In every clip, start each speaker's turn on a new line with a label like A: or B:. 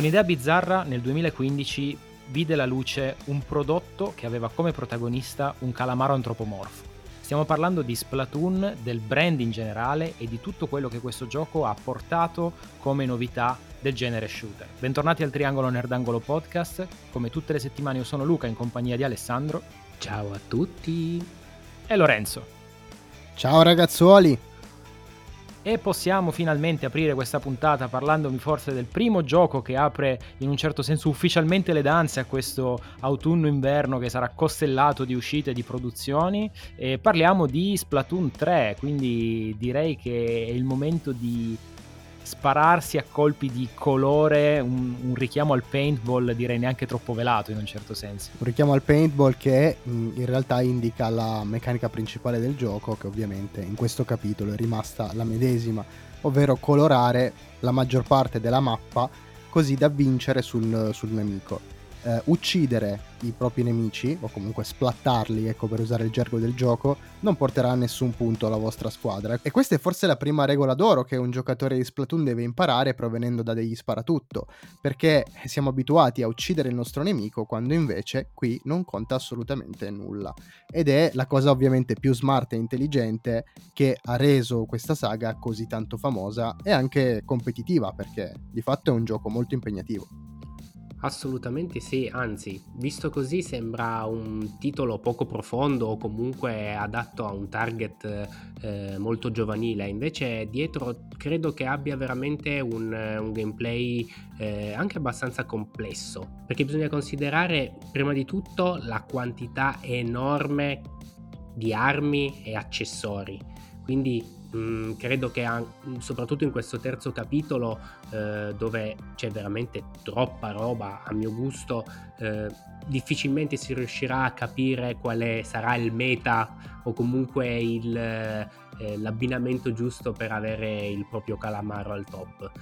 A: un'idea bizzarra nel 2015 vide la luce un prodotto che aveva come protagonista un calamaro antropomorfo. Stiamo parlando di Splatoon, del brand in generale e di tutto quello che questo gioco ha portato come novità del genere shooter. Bentornati al Triangolo Nerdangolo Podcast. Come tutte le settimane io sono Luca in compagnia di Alessandro.
B: Ciao a tutti.
A: E Lorenzo.
C: Ciao ragazzuoli.
A: E possiamo finalmente aprire questa puntata parlandomi forse del primo gioco che apre in un certo senso ufficialmente le danze a questo autunno-inverno che sarà costellato di uscite e di produzioni, e parliamo di Splatoon 3, quindi direi che è il momento di spararsi a colpi di colore, un richiamo al paintball, direi neanche troppo velato in un certo senso.
C: Un richiamo al paintball che in realtà indica la meccanica principale del gioco, che ovviamente in questo capitolo è rimasta la medesima, ovvero colorare la maggior parte della mappa così da vincere sul nemico. Uccidere i propri nemici o comunque splattarli, ecco, per usare il gergo del gioco, non porterà a nessun punto alla vostra squadra, e questa è forse la prima regola d'oro che un giocatore di Splatoon deve imparare provenendo da degli sparatutto, perché siamo abituati a uccidere il nostro nemico quando invece qui non conta assolutamente nulla, ed è la cosa ovviamente più smart e intelligente che ha reso questa saga così tanto famosa e anche competitiva, perché di fatto è un gioco molto impegnativo.
B: Assolutamente sì, anzi, visto così sembra un titolo poco profondo o comunque adatto a un target molto giovanile, invece dietro credo che abbia veramente un gameplay anche abbastanza complesso, perché bisogna considerare prima di tutto la quantità enorme di armi e accessori, quindi credo che soprattutto in questo terzo capitolo dove c'è veramente troppa roba a mio gusto, difficilmente si riuscirà a capire quale sarà il meta o comunque l'abbinamento giusto per avere il proprio calamaro al top.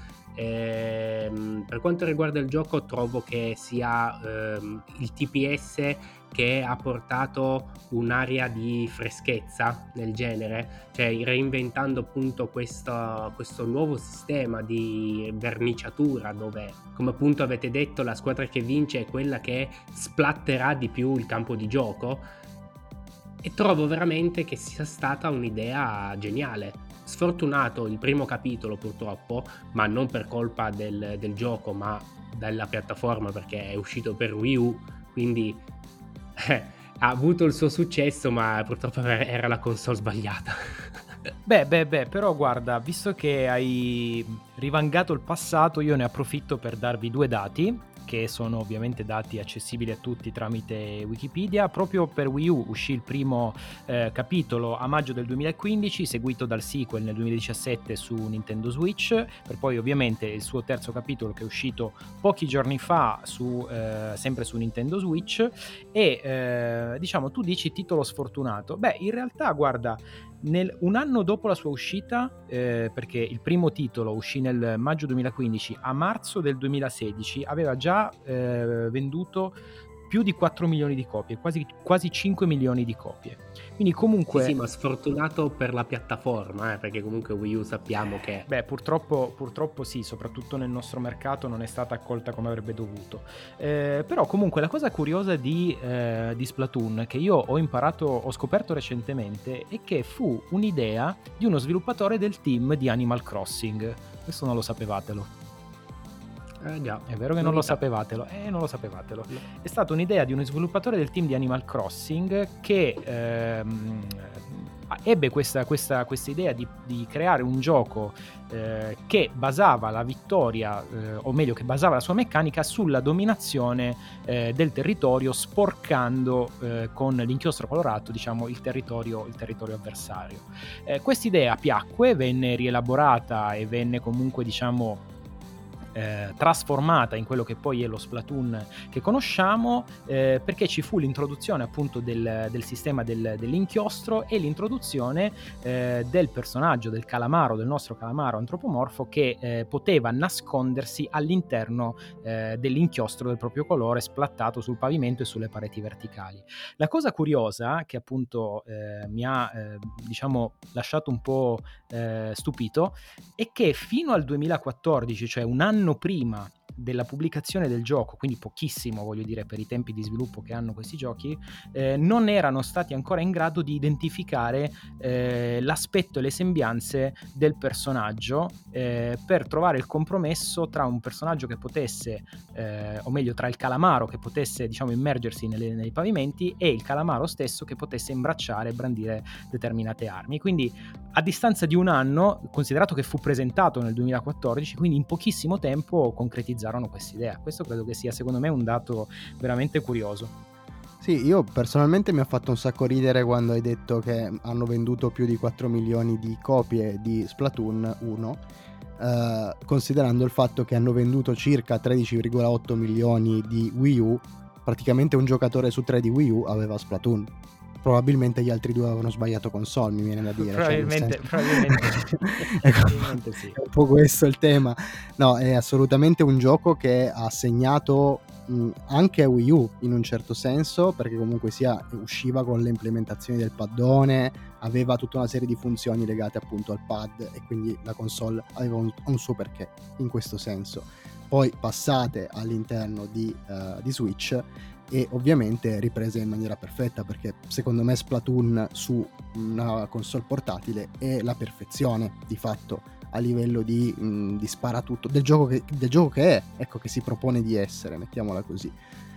B: Per quanto riguarda il gioco, trovo che sia il TPS che ha portato un'aria di freschezza nel genere, cioè reinventando appunto questo nuovo sistema di verniciatura dove, come appunto avete detto, la squadra che vince è quella che splatterà di più il campo di gioco, e trovo veramente che sia stata un'idea geniale. Sfortunato il primo capitolo purtroppo, ma non per colpa del gioco ma della piattaforma, perché è uscito per Wii U, quindi ha avuto il suo successo, ma purtroppo era la console sbagliata.
A: Beh, però guarda, visto che hai rivangato il passato, io ne approfitto per darvi due dati, che sono ovviamente dati accessibili a tutti tramite Wikipedia. Proprio per Wii U uscì il primo capitolo a maggio del 2015, seguito dal sequel nel 2017 su Nintendo Switch, per poi ovviamente il suo terzo capitolo che è uscito pochi giorni fa sempre su Nintendo Switch. E diciamo, tu dici titolo sfortunato. Beh, in realtà guarda, un anno dopo la sua uscita, perché il primo titolo uscì nel maggio 2015, a marzo del 2016 aveva già venduto più di 4 milioni di copie, quasi 5 milioni di copie. Quindi comunque
B: sì, ma sfortunato per la piattaforma, perché comunque Wii U sappiamo che
A: purtroppo sì, soprattutto nel nostro mercato non è stata accolta come avrebbe dovuto. Però comunque la cosa curiosa di Splatoon, che io ho scoperto recentemente, è che fu un'idea di uno sviluppatore del team di Animal Crossing. Questo non lo sapevatelo.
B: Già,
A: è vero che non lo sapevatelo. È stata un'idea di uno sviluppatore del team di Animal Crossing che ebbe questa idea di creare un gioco che basava la vittoria, o meglio che basava la sua meccanica sulla dominazione del territorio, sporcando con l'inchiostro colorato, diciamo, il territorio avversario. Questa idea piacque, venne rielaborata e venne comunque, diciamo, trasformata in quello che poi è lo Splatoon che conosciamo, perché ci fu l'introduzione appunto del sistema dell'inchiostro e l'introduzione del personaggio del nostro calamaro antropomorfo, che poteva nascondersi all'interno dell'inchiostro del proprio colore splattato sul pavimento e sulle pareti verticali. La cosa curiosa che appunto mi ha diciamo lasciato un po' stupito è che fino al 2014, cioè un anno prima della pubblicazione del gioco, quindi pochissimo, voglio dire, per i tempi di sviluppo che hanno questi giochi, non erano stati ancora in grado di identificare l'aspetto e le sembianze del personaggio, per trovare il compromesso tra un personaggio che potesse, o meglio tra il calamaro che potesse, diciamo, immergersi nei pavimenti e il calamaro stesso che potesse imbracciare e brandire determinate armi. Quindi a distanza di un anno, considerato che fu presentato nel 2014, quindi in pochissimo tempo concretizzarono quest'idea. Questo credo che sia, secondo me, un dato veramente curioso.
C: Sì, io personalmente mi ha fatto un sacco ridere quando hai detto che hanno venduto più di 4 milioni di copie di Splatoon 1, considerando il fatto che hanno venduto circa 13,8 milioni di Wii U. Praticamente un giocatore su 3 di Wii U aveva Splatoon. Probabilmente gli altri 2 avevano sbagliato console, mi viene da dire.
A: Probabilmente
C: Probabilmente sì. È un po' questo il tema. No, è assolutamente un gioco che ha segnato anche a Wii U in un certo senso, perché comunque sia usciva con le implementazioni del paddone, aveva tutta una serie di funzioni legate appunto al pad, e quindi la console aveva un suo perché in questo senso. Poi passate all'interno di Switch e ovviamente riprese in maniera perfetta, perché secondo me Splatoon su una console portatile è la perfezione di fatto a livello di sparatutto del gioco che è, ecco, che si propone di essere, mettiamola così.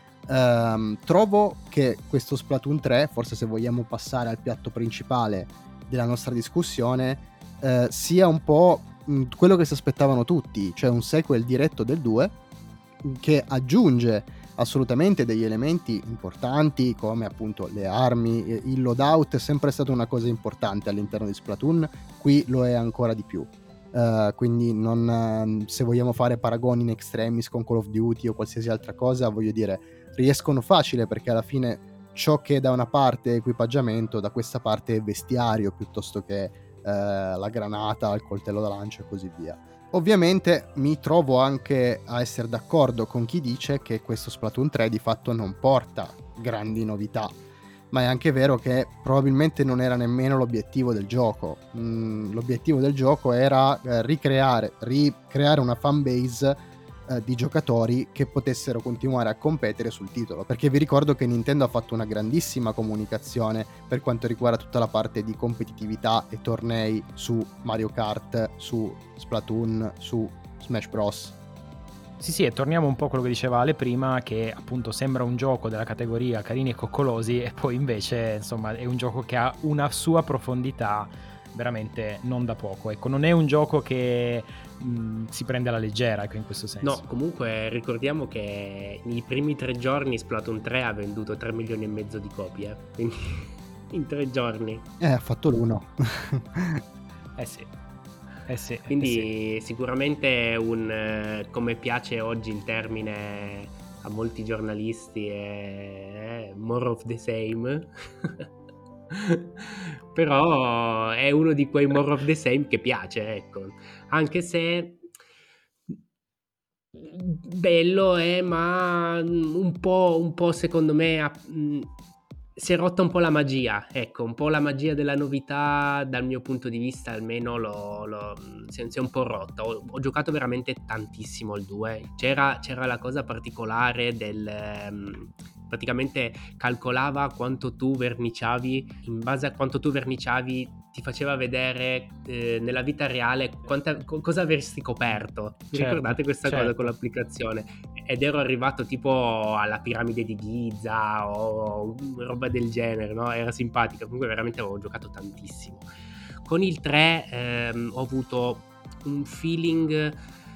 C: Trovo che questo Splatoon 3, forse se vogliamo passare al piatto principale della nostra discussione, sia un po' quello che si aspettavano tutti, cioè un sequel diretto del 2 che aggiunge assolutamente degli elementi importanti come appunto le armi. Il loadout è sempre stata una cosa importante all'interno di Splatoon, qui lo è ancora di più. Quindi non, se vogliamo fare paragoni in extremis con Call of Duty o qualsiasi altra cosa, voglio dire, riescono facile, perché alla fine ciò che da una parte è equipaggiamento, da questa parte è vestiario piuttosto che la granata, il coltello da lancio e così via. Ovviamente mi trovo anche a essere d'accordo con chi dice che questo Splatoon 3 di fatto non porta grandi novità, ma è anche vero che probabilmente non era nemmeno l'obiettivo del gioco. L'obiettivo del gioco era ricreare una fanbase di giocatori che potessero continuare a competere sul titolo, perché vi ricordo che Nintendo ha fatto una grandissima comunicazione per quanto riguarda tutta la parte di competitività e tornei su Mario Kart, su Splatoon, su Smash Bros.
A: Sì, e torniamo un po' a quello che diceva Ale prima, che appunto sembra un gioco della categoria carini e coccolosi, e poi invece insomma è un gioco che ha una sua profondità veramente non da poco. Ecco, non è un gioco che si prende alla leggera, ecco, in questo senso.
B: No, comunque ricordiamo che nei primi 3 giorni Splatoon 3 ha venduto 3 milioni e mezzo di copie, quindi in 3 giorni.
C: Ha fatto l'1.
A: Sì.
B: Quindi sicuramente come piace oggi il termine a molti giornalisti, è more of the same. Però è uno di quei more of the same che piace, ecco, anche se bello è, ma un po' secondo me si è rotta un po' la magia, ecco, un po' la magia della novità, dal mio punto di vista almeno si è un po' rotta. Ho giocato veramente tantissimo il 2, c'era la cosa particolare praticamente calcolava quanto tu verniciavi, in base a quanto tu verniciavi ti faceva vedere nella vita reale cosa avresti coperto.
A: Certo,
B: ricordate questa cosa con l'applicazione? Ed ero arrivato tipo alla piramide di Giza o roba del genere, no? Era simpatica, comunque veramente avevo giocato tantissimo. Con il 3 ho avuto un feeling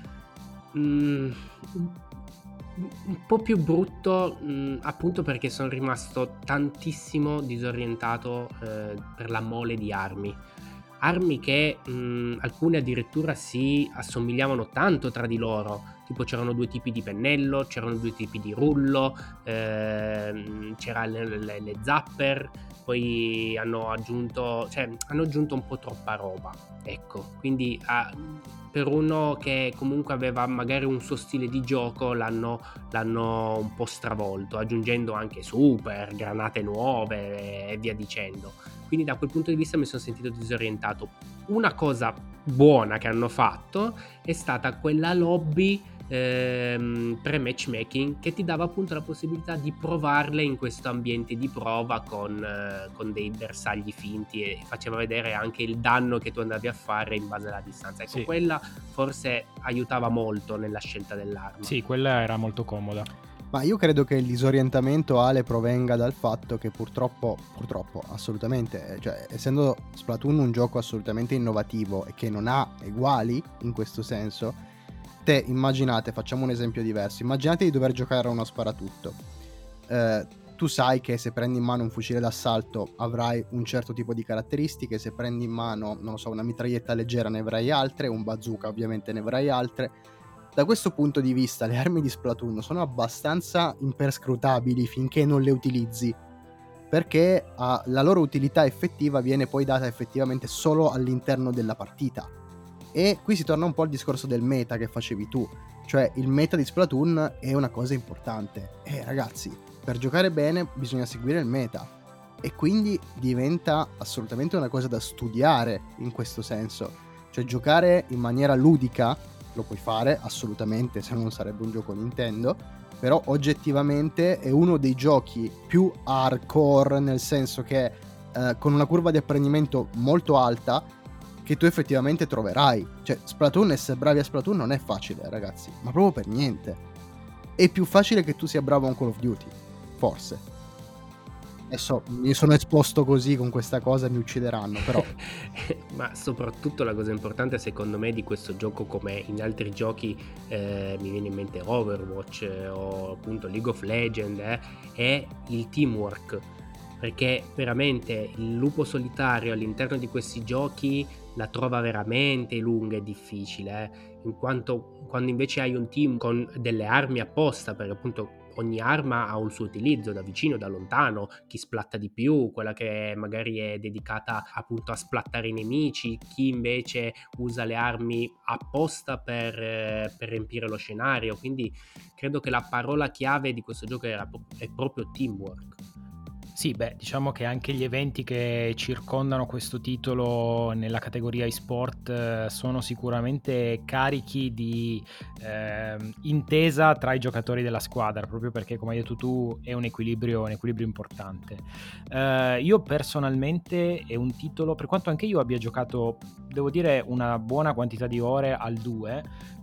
B: un po' più brutto, appunto perché sono rimasto tantissimo disorientato per la mole di armi che alcune addirittura si assomigliavano tanto tra di loro, tipo c'erano 2 tipi di pennello, c'erano 2 tipi di rullo, c'era le zapper, poi hanno aggiunto un po' troppa roba, ecco, quindi per uno che comunque aveva magari un suo stile di gioco l'hanno un po' stravolto, aggiungendo anche super, granate nuove e via dicendo. Quindi da quel punto di vista mi sono sentito disorientato. Una cosa buona che hanno fatto è stata quella lobby pre-matchmaking che ti dava appunto la possibilità di provarle in questo ambiente di prova con dei bersagli finti, e faceva vedere anche il danno che tu andavi a fare in base alla distanza. Ecco,
A: Sì.
B: quella forse aiutava molto nella scelta dell'arma.
A: Sì, quella era molto comoda.
C: Ma io credo che il disorientamento, Ale, provenga dal fatto che purtroppo, assolutamente, cioè essendo Splatoon un gioco assolutamente innovativo e che non ha eguali in questo senso, te immaginate, facciamo un esempio diverso, immaginate di dover giocare a uno sparatutto. Tu sai che se prendi in mano un fucile d'assalto avrai un certo tipo di caratteristiche, se prendi in mano, non lo so, una mitraglietta leggera ne avrai altre, un bazooka ovviamente ne avrai altre. Da questo punto di vista le armi di Splatoon sono abbastanza imperscrutabili finché non le utilizzi, perché la loro utilità effettiva viene poi data effettivamente solo all'interno della partita. E qui si torna un po' al discorso del meta che facevi tu, cioè il meta di Splatoon è una cosa importante. Ragazzi, per giocare bene bisogna seguire il meta, e quindi diventa assolutamente una cosa da studiare in questo senso. Cioè giocare in maniera ludica lo puoi fare assolutamente, se non sarebbe un gioco Nintendo, però oggettivamente è uno dei giochi più hardcore, nel senso che con una curva di apprendimento molto alta che tu effettivamente troverai. Cioè Splatoon, essere bravi a Splatoon non è facile, ragazzi, ma proprio per niente. È più facile che tu sia bravo a un Call of Duty, forse. Adesso mi sono esposto così con questa cosa, mi uccideranno, però
B: ma soprattutto la cosa importante secondo me di questo gioco, come in altri giochi, mi viene in mente Overwatch o appunto League of Legends, è il teamwork, perché veramente il lupo solitario all'interno di questi giochi la trova veramente lunga e difficile, in quanto quando invece hai un team con delle armi apposta, perché appunto ogni arma ha un suo utilizzo, da vicino, da lontano, chi splatta di più, quella che magari è dedicata appunto a splattare i nemici, chi invece usa le armi apposta per riempire lo scenario. Quindi credo che la parola chiave di questo gioco è proprio teamwork.
A: Sì, diciamo che anche gli eventi che circondano questo titolo nella categoria eSport sono sicuramente carichi di intesa tra i giocatori della squadra, proprio perché, come hai detto tu, è un equilibrio importante. Io personalmente è un titolo, per quanto anche io abbia giocato, devo dire, una buona quantità di ore al 2,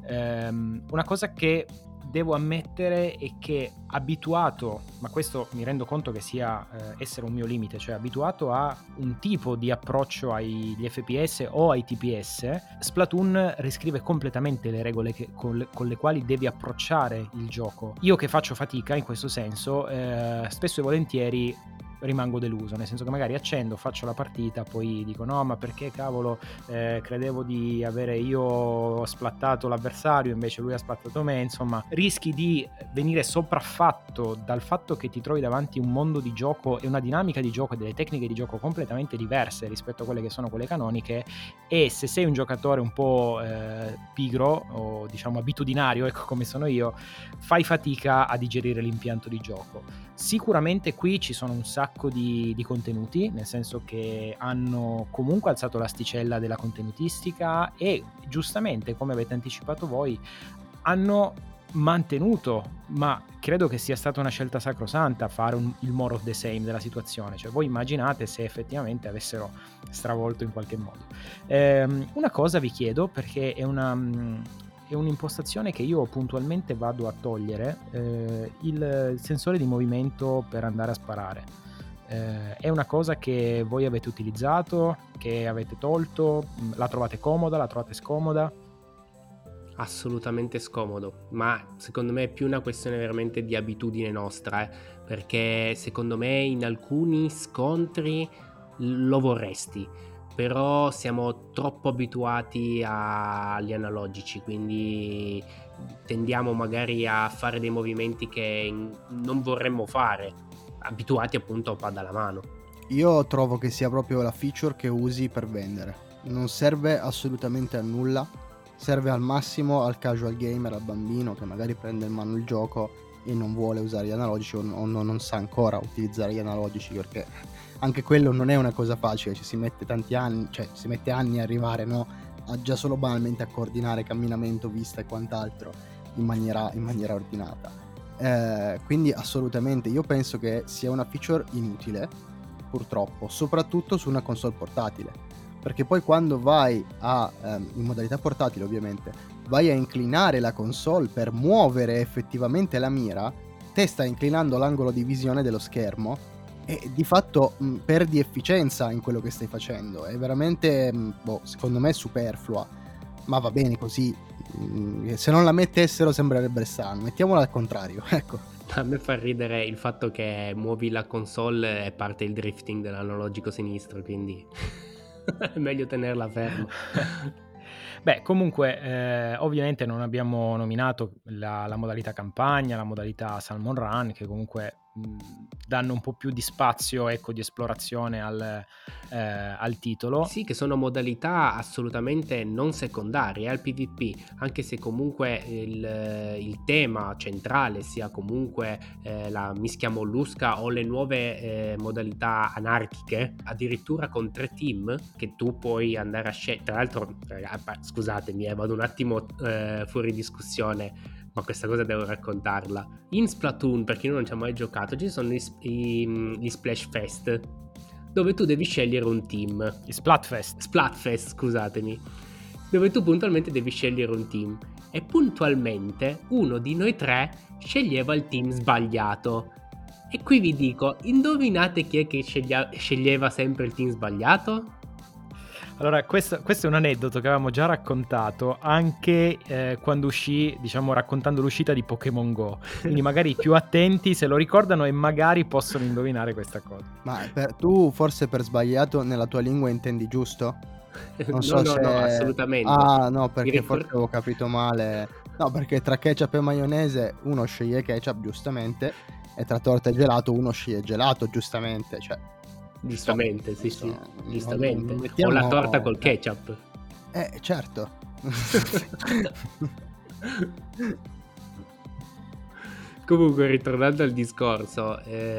A: una cosa che devo ammettere è che abituato, ma questo mi rendo conto che sia essere un mio limite, cioè abituato a un tipo di approccio agli FPS o ai TPS, Splatoon riscrive completamente le regole con le quali devi approcciare il gioco. Io che faccio fatica in questo senso, spesso e volentieri rimango deluso, nel senso che magari accendo, faccio la partita, poi dico no, ma perché cavolo, credevo di avere io splattato l'avversario, invece lui ha splattato me. Insomma, rischi di venire sopraffatto dal fatto che ti trovi davanti un mondo di gioco e una dinamica di gioco e delle tecniche di gioco completamente diverse rispetto a quelle che sono quelle canoniche, e se sei un giocatore un po' pigro o diciamo abitudinario, ecco come sono io, fai fatica a digerire l'impianto di gioco. Sicuramente qui ci sono un sacco di contenuti, nel senso che hanno comunque alzato l'asticella della contenutistica e giustamente, come avete anticipato voi, hanno mantenuto, ma credo che sia stata una scelta sacrosanta, fare il more of the same della situazione. Cioè voi immaginate se effettivamente avessero stravolto in qualche modo. Una cosa vi chiedo, perché è un'impostazione che io puntualmente vado a togliere, il sensore di movimento per andare a sparare. È una cosa che voi avete utilizzato, che avete tolto? La trovate comoda? La trovate scomoda?
B: Assolutamente scomodo, ma secondo me è più una questione veramente di abitudine nostra, perché secondo me in alcuni scontri lo vorresti, però siamo troppo abituati agli analogici, quindi tendiamo magari a fare dei movimenti che non vorremmo fare, abituati appunto a pad alla mano.
C: io trovo che sia proprio la feature che usi per vendere. Non serve assolutamente a nulla, serve al massimo al casual gamer, al bambino che magari prende in mano il gioco e non vuole usare gli analogici o non sa ancora utilizzare gli analogici, perché anche quello non è una cosa facile, ci si mette tanti anni, cioè si mette anni a arrivare, no? A già solo banalmente a coordinare camminamento, vista e quant'altro. in maniera ordinata. Quindi assolutamente io penso che sia una feature inutile, purtroppo, soprattutto su una console portatile, perché poi quando vai in modalità portatile ovviamente, vai a inclinare la console per muovere effettivamente la mira, te stai inclinando l'angolo di visione dello schermo e di fatto perdi efficienza in quello che stai facendo. È veramente, secondo me, superflua, ma va bene così. Se non la mettessero sembrerebbe strano, mettiamola al contrario, ecco.
B: A me fa ridere il fatto che muovi la console e parte il drifting dell'analogico sinistro, quindi è meglio tenerla ferma.
A: Beh, comunque, ovviamente non abbiamo nominato la modalità campagna, la modalità Salmon Run, che comunque danno un po' più di spazio, ecco, di esplorazione al titolo.
B: Sì, che sono modalità assolutamente non secondarie al PvP, anche se comunque il tema centrale sia comunque la mischia mollusca o le nuove modalità anarchiche, addirittura con 3 team che tu puoi andare a scegliere. Tra l'altro, scusatemi, vado un attimo fuori discussione, ma questa cosa devo raccontarla. In Splatoon, per chi non ci ha mai giocato, ci sono gli Splash Fest, dove tu devi scegliere un team. Splatfest, scusatemi. Dove tu puntualmente devi scegliere un team. E puntualmente uno di noi 3 sceglieva il team sbagliato. E qui vi dico, indovinate chi è che sceglieva sempre il team sbagliato?
A: Allora, questo è un aneddoto che avevamo già raccontato anche quando uscì, diciamo, raccontando l'uscita di Pokémon Go. Quindi magari i più attenti se lo ricordano e magari possono indovinare questa cosa.
C: Ma tu forse per sbagliato nella tua lingua intendi giusto? Non so
B: no, assolutamente.
C: Ah, no, perché forse avevo capito male. No, perché tra ketchup e maionese uno sceglie ketchup, giustamente, e tra torta e gelato uno sceglie gelato, giustamente, cioè...
B: Giustamente, sì, giustamente.
C: Mettiamo...
B: O la torta col ketchup.
C: Certo.
B: Comunque, ritornando al discorso,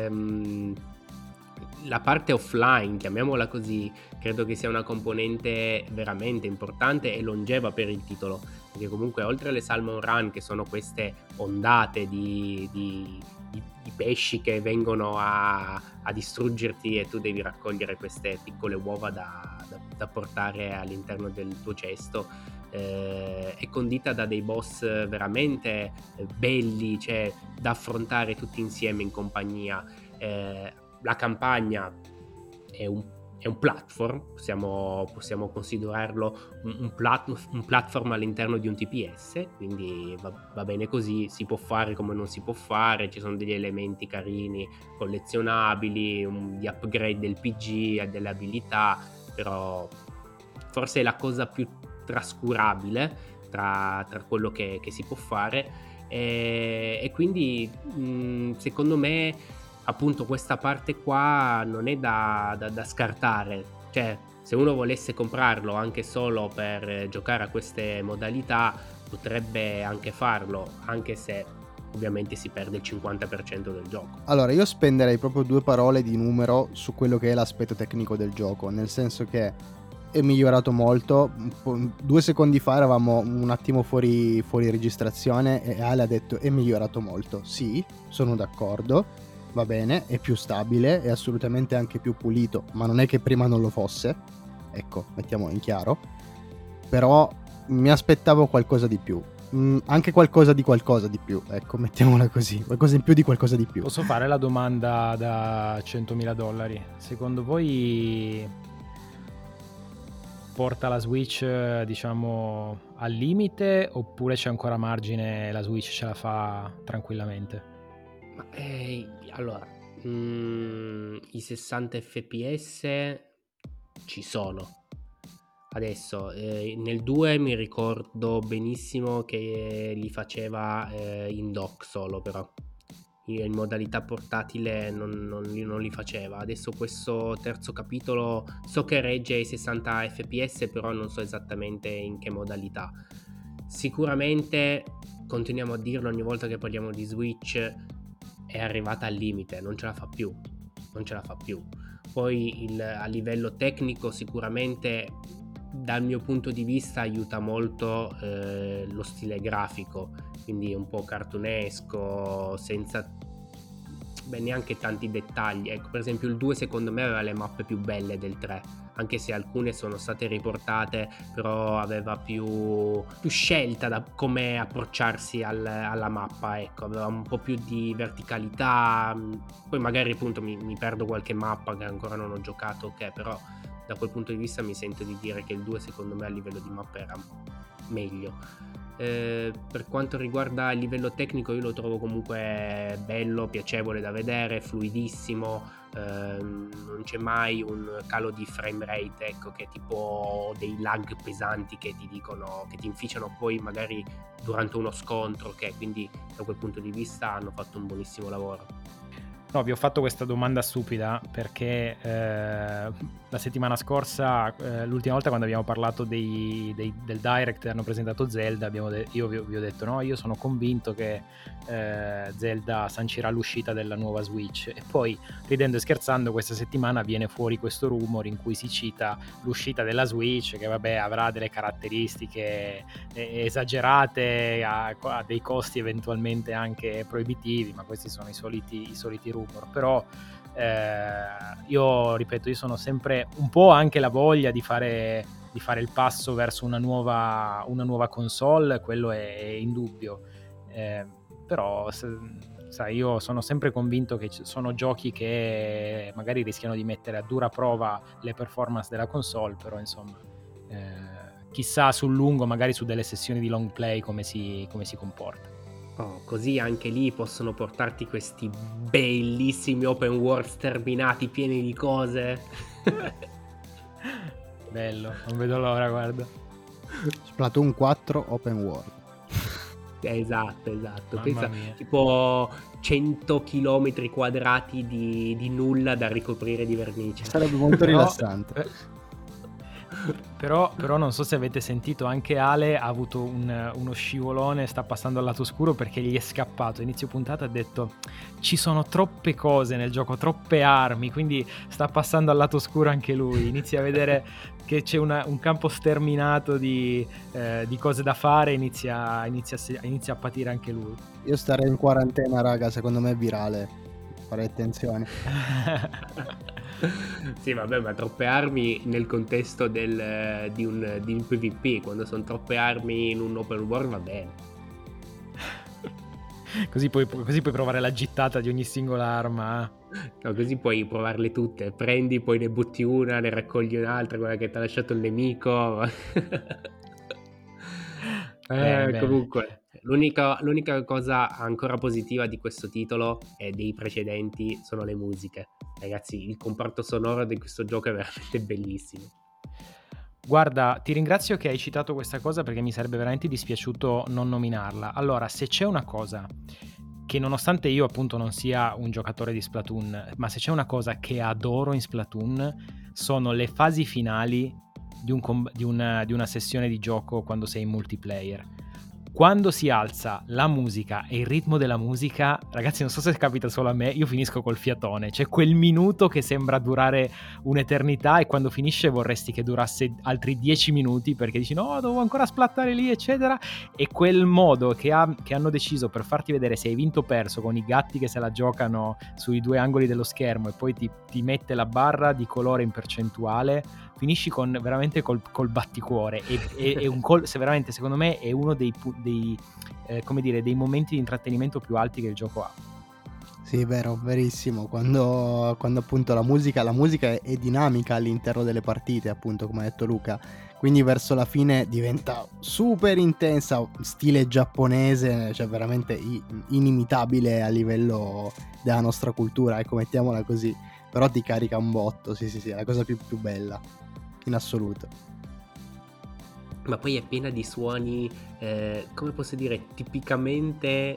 B: la parte offline, chiamiamola così, credo che sia una componente veramente importante e longeva per il titolo, perché comunque oltre alle Salmon Run, che sono queste ondate di pesci che vengono a distruggerti e tu devi raccogliere queste piccole uova da portare all'interno del tuo cesto, è condita da dei boss veramente belli, cioè da affrontare tutti insieme in compagnia. La campagna è un platform, possiamo considerarlo un platform all'interno di un TPS, quindi va bene così, si può fare come non si può fare, ci sono degli elementi carini, collezionabili, di upgrade del PG e delle abilità, però forse è la cosa più trascurabile tra quello che si può fare, e quindi secondo me appunto questa parte qua non è da scartare, cioè se uno volesse comprarlo anche solo per giocare a queste modalità potrebbe anche farlo, anche se ovviamente si perde il 50% del gioco.
C: Allora io spenderei proprio 2 parole di numero su quello che è l'aspetto tecnico del gioco, nel senso che è migliorato molto. 2 secondi fa eravamo un attimo fuori registrazione e Ale ha detto è migliorato molto. Sì, sono d'accordo, va bene, è più stabile, è assolutamente anche più pulito, ma non è che prima non lo fosse, ecco, mettiamolo in chiaro. Però mi aspettavo qualcosa di più, anche qualcosa di più, ecco, mettiamola così, qualcosa in più di qualcosa di più.
A: Posso fare la domanda da $100.000? Secondo voi porta la Switch, diciamo, al limite, oppure c'è ancora margine, la Switch ce la fa tranquillamente?
B: Ma, allora, i 60 fps ci sono. Adesso nel 2 mi ricordo benissimo che li faceva in dock solo, però in modalità portatile non li faceva. Adesso questo terzo capitolo so che regge ai 60 fps, però non so esattamente in che modalità. Sicuramente, continuiamo a dirlo ogni volta che parliamo di Switch, è arrivata al limite, non ce la fa più. Poi a livello tecnico sicuramente dal mio punto di vista aiuta molto lo stile grafico, quindi un po' cartunesco, senza neanche tanti dettagli. Ecco, per esempio il 2 secondo me aveva le mappe più belle del 3, anche se alcune sono state riportate, però aveva più scelta da come approcciarsi alla mappa, ecco, aveva un po' più di verticalità. Poi magari appunto mi perdo qualche mappa che ancora non ho giocato, ok, però da quel punto di vista mi sento di dire che il 2 secondo me a livello di mappa era meglio. Per quanto riguarda il livello tecnico, io lo trovo comunque bello, piacevole da vedere, fluidissimo, non c'è mai un calo di frame rate, ecco, che tipo dei lag pesanti che ti dicono, che ti inficiano poi magari durante uno scontro, che quindi da quel punto di vista hanno fatto un buonissimo lavoro.
A: No, vi ho fatto questa domanda stupida perché la settimana scorsa, l'ultima volta quando abbiamo parlato del Direct, hanno presentato Zelda, io vi ho detto no, io sono convinto che Zelda sancirà l'uscita della nuova Switch, e poi ridendo e scherzando questa settimana viene fuori questo rumor in cui si cita l'uscita della Switch, che vabbè avrà delle caratteristiche esagerate, a dei costi eventualmente anche proibitivi, ma questi sono i soliti rumor. Però io ripeto, io sono sempre un po' anche la voglia di fare il passo verso una nuova console, quello è indubbio, però sai, io sono sempre convinto che ci sono giochi che magari rischiano di mettere a dura prova le performance della console, però insomma chissà sul lungo, magari su delle sessioni di long play come si comporta.
B: Così anche lì possono portarti questi bellissimi open world sterminati pieni di cose.
A: Bello, non vedo l'ora, guarda.
C: Splatoon 4 open world.
B: Esatto.
A: Pensa,
B: tipo 100 km quadrati di nulla da ricoprire di vernice.
C: Sarebbe molto rilassante.
A: Però non so se avete sentito, anche Ale ha avuto uno scivolone, sta passando al lato oscuro perché gli è scappato. Inizio puntata ha detto ci sono troppe cose nel gioco, troppe armi, quindi sta passando al lato oscuro anche lui. Inizia a vedere che c'è un campo sterminato di cose da fare, inizia a patire anche lui.
C: Io starei in quarantena, raga, secondo me è virale, farei attenzione.
B: Sì, vabbè, ma troppe armi nel contesto di un PvP, quando sono troppe armi in un open world va bene.
A: Così puoi provare la gittata di ogni singola arma.
B: No, così puoi provarle tutte, prendi, poi ne butti una, ne raccogli un'altra, quella che ti ha lasciato il nemico. Comunque l'unica cosa ancora positiva di questo titolo e dei precedenti sono le musiche. Ragazzi, il comparto sonoro di questo gioco è veramente bellissimo.
A: Guarda, ti ringrazio che hai citato questa cosa perché mi sarebbe veramente dispiaciuto non nominarla. Allora, se c'è una cosa che, nonostante io appunto non sia un giocatore di Splatoon, ma se c'è una cosa che adoro in Splatoon, sono le fasi finali di una sessione di gioco quando sei in multiplayer. Quando si alza la musica e il ritmo della musica, ragazzi, non so se capita solo a me, io finisco col fiatone. C'è quel minuto che sembra durare un'eternità e quando finisce vorresti che durasse altri 10 minuti perché dici no, devo ancora splattare lì, eccetera. E quel modo che hanno deciso per farti vedere se hai vinto o perso, con i gatti che se la giocano sui due angoli dello schermo e poi ti mette la barra di colore in percentuale, finisci veramente col batticuore e se veramente, secondo me, è uno dei momenti di intrattenimento più alti che il gioco ha.
C: Sì, vero, verissimo. Quando appunto la musica è dinamica all'interno delle partite, appunto, come ha detto Luca, quindi verso la fine diventa super intensa, stile giapponese, cioè veramente inimitabile a livello della nostra cultura, ecco, mettiamola così. Però ti carica un botto, sì, è la cosa più bella in assoluto.
B: Ma poi è piena di suoni, come posso dire, tipicamente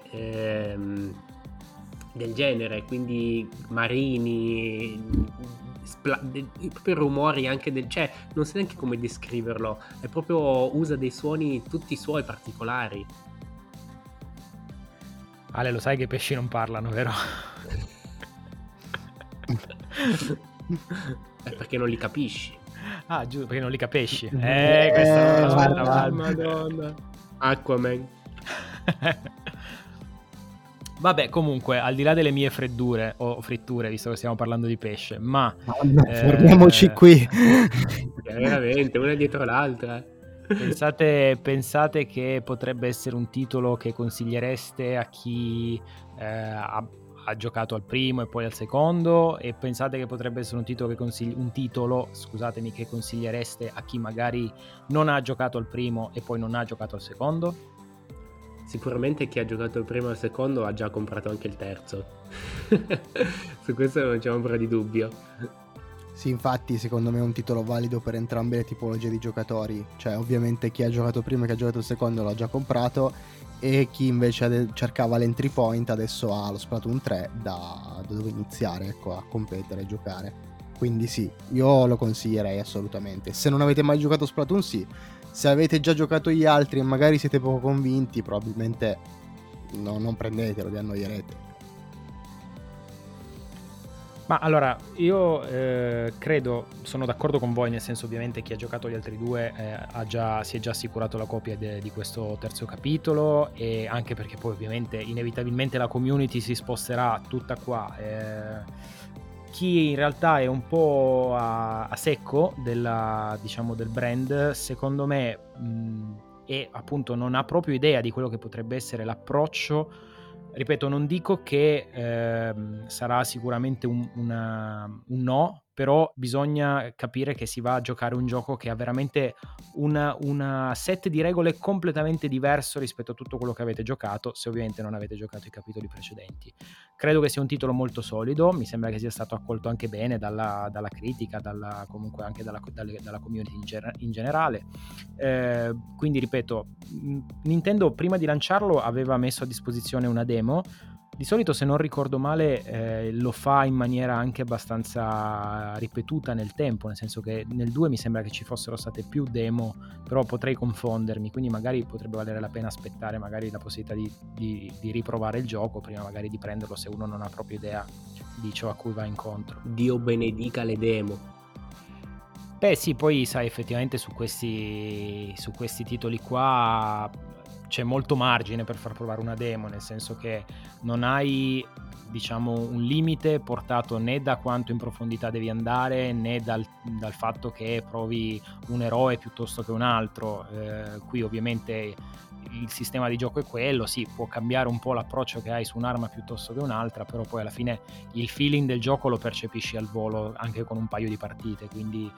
B: del genere, quindi marini, proprio rumori anche cioè non so neanche come descriverlo, è proprio, usa dei suoni tutti suoi particolari.
A: Ale, lo sai che i pesci non parlano, vero?
B: Perché non li capisci.
A: Ah, giusto, perché non li capisci. Questa non l'aspettavamo.
B: Madonna. Aquaman.
A: Vabbè, comunque, al di là delle mie freddure o fritture, visto che stiamo parlando di pesce, ma
C: fermiamoci qui.
B: Veramente, una dietro l'altra.
A: Pensate che potrebbe essere un titolo che consigliereste a chi ha giocato al primo e poi al secondo, e pensate che potrebbe essere un titolo che consigliereste a chi magari non ha giocato al primo e poi non ha giocato al secondo?
B: Sicuramente chi ha giocato il primo e il secondo ha già comprato anche il terzo. Su questo non c'è ombra di dubbio.
C: Sì, infatti secondo me è un titolo valido per entrambe le tipologie di giocatori. Cioè, ovviamente chi ha giocato prima e chi ha giocato il secondo l'ha già comprato, e chi invece cercava l'entry point adesso ha lo Splatoon 3 da dove iniziare, ecco, a competere e giocare. Quindi sì, io lo consiglierei assolutamente. Se non avete mai giocato Splatoon, sì. Se avete già giocato gli altri e magari siete poco convinti, probabilmente non prendetelo, vi annoierete.
A: Ma allora, io credo, sono d'accordo con voi, nel senso, ovviamente chi ha giocato gli altri due si è già assicurato la copia di questo terzo capitolo, e anche perché poi ovviamente inevitabilmente la community si sposterà tutta qua. Chi in realtà è un po' a secco del brand, secondo me, e appunto non ha proprio idea di quello che potrebbe essere l'approccio. Ripeto, non dico che sarà sicuramente un no, però bisogna capire che si va a giocare un gioco che ha veramente una set di regole completamente diverso rispetto a tutto quello che avete giocato, se ovviamente non avete giocato i capitoli precedenti. Credo che sia un titolo molto solido, mi sembra che sia stato accolto anche bene dalla critica, comunque anche dalla community in generale. Quindi ripeto, Nintendo prima di lanciarlo aveva messo a disposizione una demo. Di solito, se non ricordo male, lo fa in maniera anche abbastanza ripetuta nel tempo, nel senso che nel 2 mi sembra che ci fossero state più demo, però potrei confondermi, quindi magari potrebbe valere la pena aspettare magari la possibilità di riprovare il gioco prima magari di prenderlo, se uno non ha proprio idea di ciò a cui va incontro.
B: Dio benedica le demo.
A: Beh sì, poi sai, effettivamente su questi titoli qua c'è molto margine per far provare una demo, nel senso che non hai, diciamo, un limite portato né da quanto in profondità devi andare, né dal fatto che provi un eroe piuttosto che un altro. Qui ovviamente il sistema di gioco è quello, sì, può cambiare un po' l'approccio che hai su un'arma piuttosto che un'altra, però poi alla fine il feeling del gioco lo percepisci al volo anche con un paio di partite, quindi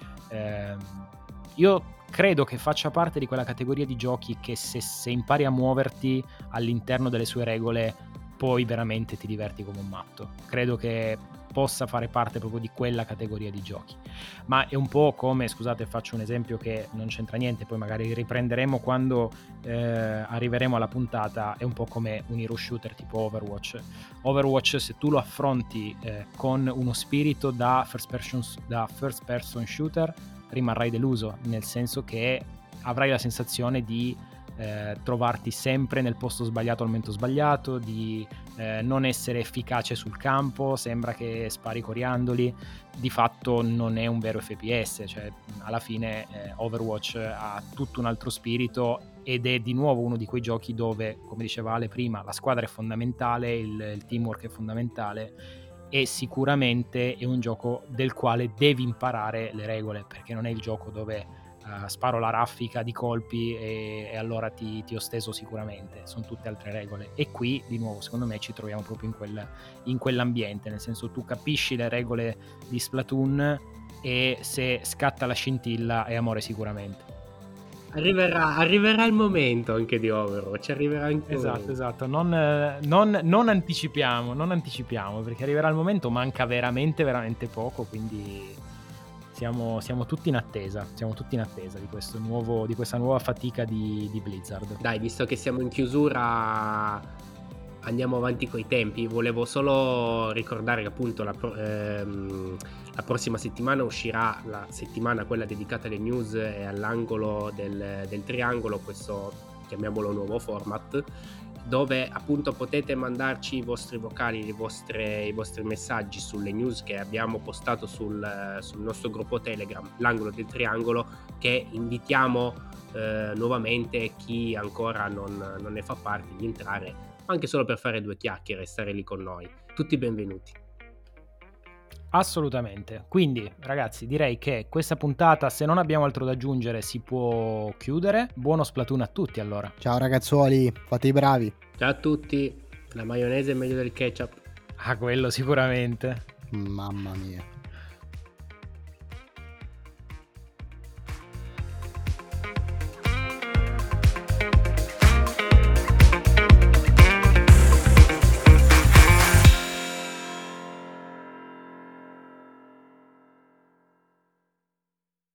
A: io credo che faccia parte di quella categoria di giochi che se impari a muoverti all'interno delle sue regole poi veramente ti diverti come un matto. Credo che possa fare parte proprio di quella categoria di giochi, ma è un po' come, scusate, faccio un esempio che non c'entra niente, poi magari riprenderemo quando arriveremo alla puntata. È un po' come un hero shooter tipo Overwatch, se tu lo affronti con uno spirito da first person shooter, rimarrai deluso, nel senso che avrai la sensazione di trovarti sempre nel posto sbagliato al momento sbagliato, di non essere efficace sul campo, sembra che spari coriandoli. Di fatto non è un vero FPS, cioè alla fine Overwatch ha tutto un altro spirito, ed è di nuovo uno di quei giochi dove, come diceva Ale prima, la squadra è fondamentale, il teamwork è fondamentale, e sicuramente è un gioco del quale devi imparare le regole, perché non è il gioco dove sparo la raffica di colpi e allora ti ho steso sicuramente. Sono tutte altre regole, e qui di nuovo secondo me ci troviamo proprio in quell'ambiente, nel senso, tu capisci le regole di Splatoon e se scatta la scintilla è amore sicuramente.
B: Arriverà il momento anche di Overwatch, arriverà anche
A: esatto, non anticipiamo, perché arriverà il momento, manca veramente poco, quindi siamo tutti in attesa di questa nuova fatica di Blizzard.
B: Dai, visto che siamo in chiusura, andiamo avanti coi tempi. Volevo solo ricordare che appunto la prossima settimana uscirà la settimana quella dedicata alle news e all'angolo del triangolo, questo chiamiamolo nuovo format, dove appunto potete mandarci i vostri vocali, i vostri messaggi sulle news che abbiamo postato sul nostro gruppo Telegram, l'Angolo del Triangolo, che invitiamo nuovamente chi ancora non ne fa parte di entrare, anche solo per fare due chiacchiere e stare lì con noi. Tutti benvenuti.
A: Assolutamente. Quindi ragazzi, direi che questa puntata, se non abbiamo altro da aggiungere, si può chiudere. Buono Splatoon a tutti allora.
C: Ciao ragazzuoli, fate i bravi.
B: Ciao a tutti, la maionese è meglio del ketchup.
A: Ah, quello sicuramente.
C: Mamma mia.